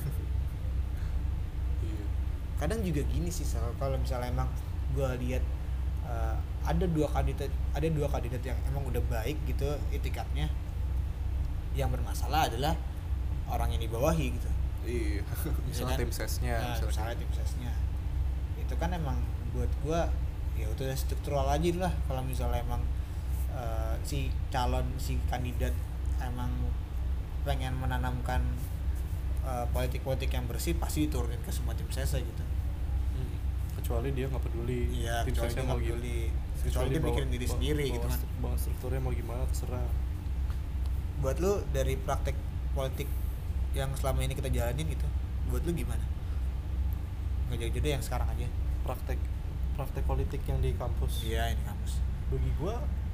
Kadang juga gini sih, kalau misalnya emang gue lihat uh, ada dua kandidat ada dua kandidat yang emang udah baik gitu itikadnya, yang bermasalah adalah orang yang dibawahi gitu. Iya. Misalnya tim sesnya, nah, misalnya tim sesnya itu kan emang buat gue ya udah struktural aja lah. Kalau misalnya emang uh, si calon si kandidat emang pengen menanamkan Uh, politik-politik yang bersih, pasti diturunin ke semua tim sesa gitu. Hmm. Kecuali dia nggak peduli. Iya, tim sesnya mau peduli. Kecuali, kecuali dia mikirin diri bawa, sendiri bawa, gitu kan. Bawa strukturnya mau gimana terserah. Buat lu dari praktek politik yang selama ini kita jalanin gitu, buat lu gimana? Nggak jauh-jauh deh yang sekarang aja. Praktek praktek politik yang di kampus. Iya, ini kampus. Bagi gua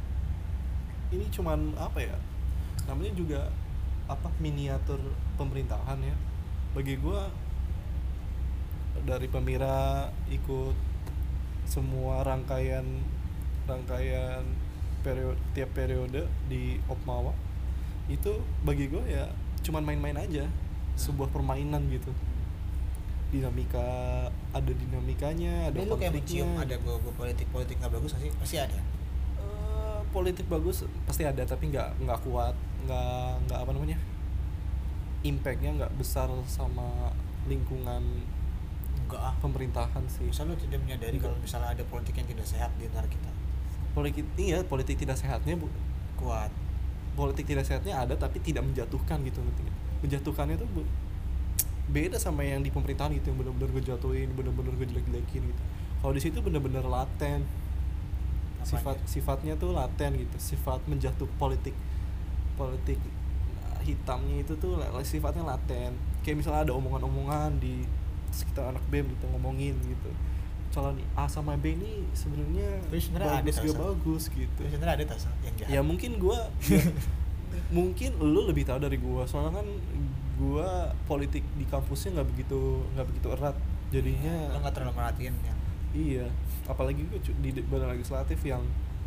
ini cuman apa ya? Namanya juga apa miniatur pemerintahan ya. Bagi gua dari Pemira ikut semua rangkaian rangkaian periode tiap periode di Opmawa itu bagi gua ya cuman main-main aja, sebuah permainan gitu. Dinamika, ada dinamikanya, ada konfliknya. Lu kayak mencium ada bau-bau politik-politik nggak bagus sih? Pasti ada. Uh, politik bagus pasti ada, tapi nggak nggak kuat, nggak nggak apa namanya, impactnya nggak besar sama lingkungan enggak ah. pemerintahan sih. Misalnya lu tidak menyadari kalau misalnya ada politik yang tidak sehat di antara kita. Politik iya, politik tidak sehatnya bu kuat. Politik tidak sehatnya ada tapi tidak menjatuhkan gitu, ngerti nggak? Menjatuhkannya tuh bu, beda sama yang di pemerintahan gitu, yang benar-benar ngejatuhin, benar-benar ngejelek-jelekin gitu. Kalau di situ benar-benar laten. Apanya? Sifat sifatnya tuh laten gitu, sifat menjatuh politik politik hitamnya itu tuh sifatnya laten. Kayak misalnya ada omongan-omongan di sekitar anak B E M gitu, ngomongin gitu, calon A sama B ini sebenarnya bagus gak bagus gitu. Sebenarnya ada tas yang jahat. Ya mungkin gua ya, mungkin lu lebih tahu dari gua, soalnya kan gua politik di kampusnya nggak begitu nggak begitu erat jadinya lo nggak terlalu merhatiin ya. Iya, apalagi di badan legislatif yang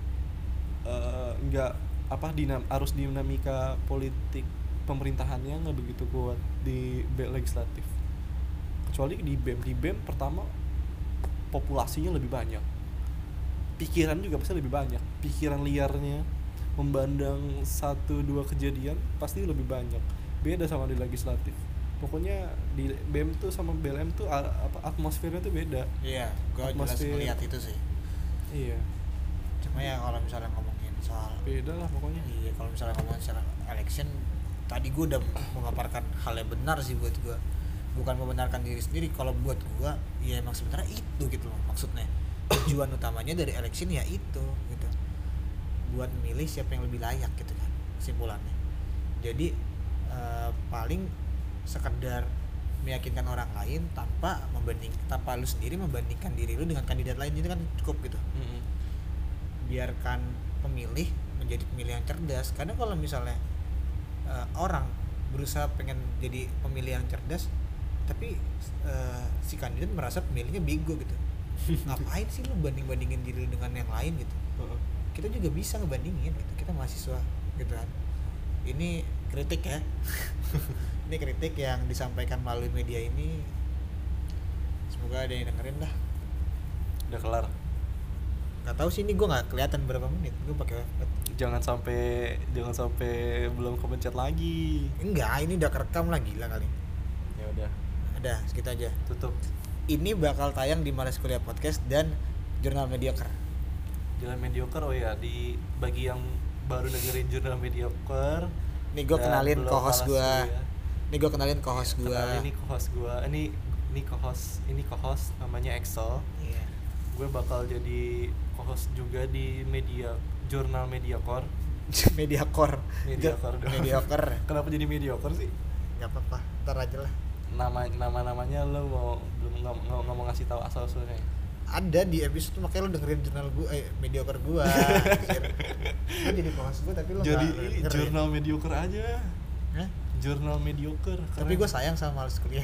nggak uh, apa dinam arus dinamika politik pemerintahannya nggak begitu kuat di legislatif, kecuali di B E M. Di B E M pertama populasinya lebih banyak, pikiran juga pasti lebih banyak, pikiran liarnya membandang satu dua kejadian pasti lebih banyak, beda sama di legislatif. Pokoknya di B E M tuh sama B L M tuh apa atmosfernya tuh beda. Iya, gua jelas melihat itu sih. Iya. Cuma ya kalau misalnya ngomongin soal beda lah pokoknya. Iya, kalau misalnya ngomongin soal election, tadi gua udah mengaparkan hal yang benar sih buat gua. Bukan membenarkan diri sendiri, kalau buat gua ya emang sebenarnya itu gitu loh maksudnya. Tujuan utamanya dari election ya itu gitu. Buat milih siapa yang lebih layak gitu kan kesimpulannya. Jadi uh, paling sekedar meyakinkan orang lain tanpa membanding tanpa lu sendiri membandingkan diri lu dengan kandidat lain, itu kan cukup gitu. Mm-hmm. Biarkan pemilih menjadi pemilih yang cerdas, karena kalau misalnya uh, orang berusaha pengen jadi pemilih yang cerdas tapi uh, si kandidat merasa pemilihnya bego gitu. Ngapain sih lu banding-bandingin diri lu dengan yang lain gitu. Uh-huh. Kita juga bisa ngebandingin gitu, kita mahasiswa gitu kan. Ini kritik ya. Ini kritik yang disampaikan melalui media ini, semoga ada yang dengerin dah. Udah kelar. Gak tahu sih, ini gue nggak kelihatan berapa menit, gue pakai webpad. Jangan sampai jangan sampai belum kepencet lagi. Enggak, ini udah kerekam lagi lah kali. Ya udah. Ada segitu aja. Tutup. Ini bakal tayang di Males Kuliah Podcast dan Jurnal Mediocre. Jurnal Mediocre, oh ya, di bagi yang baru dengerin Jurnal Mediocre. Nih gue kenalin co-host gue. Nih gue kenalin co-host gue. Kenalin ini co-host gue. Ini ini co-host, ini co-host namanya Excel. Iya. Yeah. Gue bakal jadi co-host juga di media Jurnal Mediocre. Mediocre. Mediocre. Mediocre. Kenapa jadi mediocre sih? Gak apa-apa, ntar aja lah. Nama nama namanya lo mau belum nggak nggak nggak mau ngasih tahu asal usulnya? Ada di episode, makanya lo dengerin jurnal gue, eh, mediocre gue. Lo jadi co-host gue tapi lo jadi ini jurnal mediocre aja. Hah? Jurnal mediocre. Tapi gue sayang sama Males Kuliah.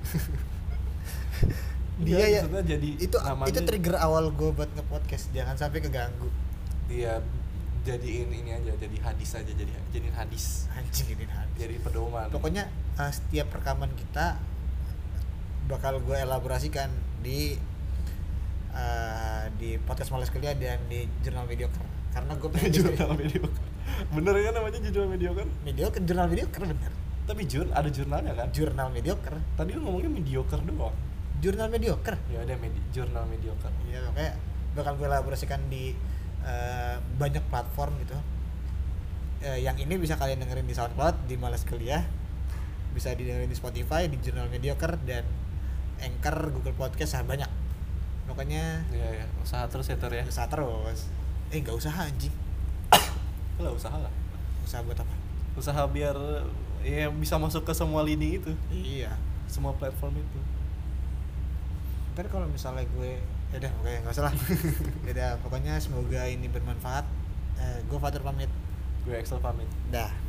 Dia ya, ya jadi itu namanya, itu trigger awal gue buat nge-podcast, jangan sampai keganggu. Dia jadiin ini aja, jadi hadis aja, jadi jadiin hadis. Anjing, jadiin hadis. Jadi pedoman. Pokoknya uh, setiap rekaman kita bakal gue elaborasikan di uh, di podcast Males Kuliah dan di Jurnal Mediocre. Karena gue pengen Jurnal Mediocre. Bener kan namanya Jurnal Mediocre? Mediocre, Jurnal Mediocre bener. Tapi jur ada jurnalnya kan? Jurnal Mediocre. Tadi lu ngomongnya mediocre doang. Jurnal Mediocre. Ya ada medi- Jurnal Mediocre. Iya, makanya bakal gue elaborasikan di uh, banyak platform gitu. Uh, yang ini bisa kalian dengerin di SoundCloud, di Males Kuliah. Bisa didengerin di Spotify, di Jurnal Mediocre, dan Anchor, Google Podcast, ah, banyak. Pokoknya iya ya, usaha terus ya Ter ya. Usaha terus. Eh enggak usaha anjing. Lah usaha lah. Usaha buat apa? Usaha biar ya bisa masuk ke semua lini itu. Iya, semua platform itu. Ntar kalau misalnya gue ya udah oke enggak usah lah. Ya udah, pokoknya semoga ini bermanfaat. Eh, gue Fatur pamit. Gue Excel pamit. Dah.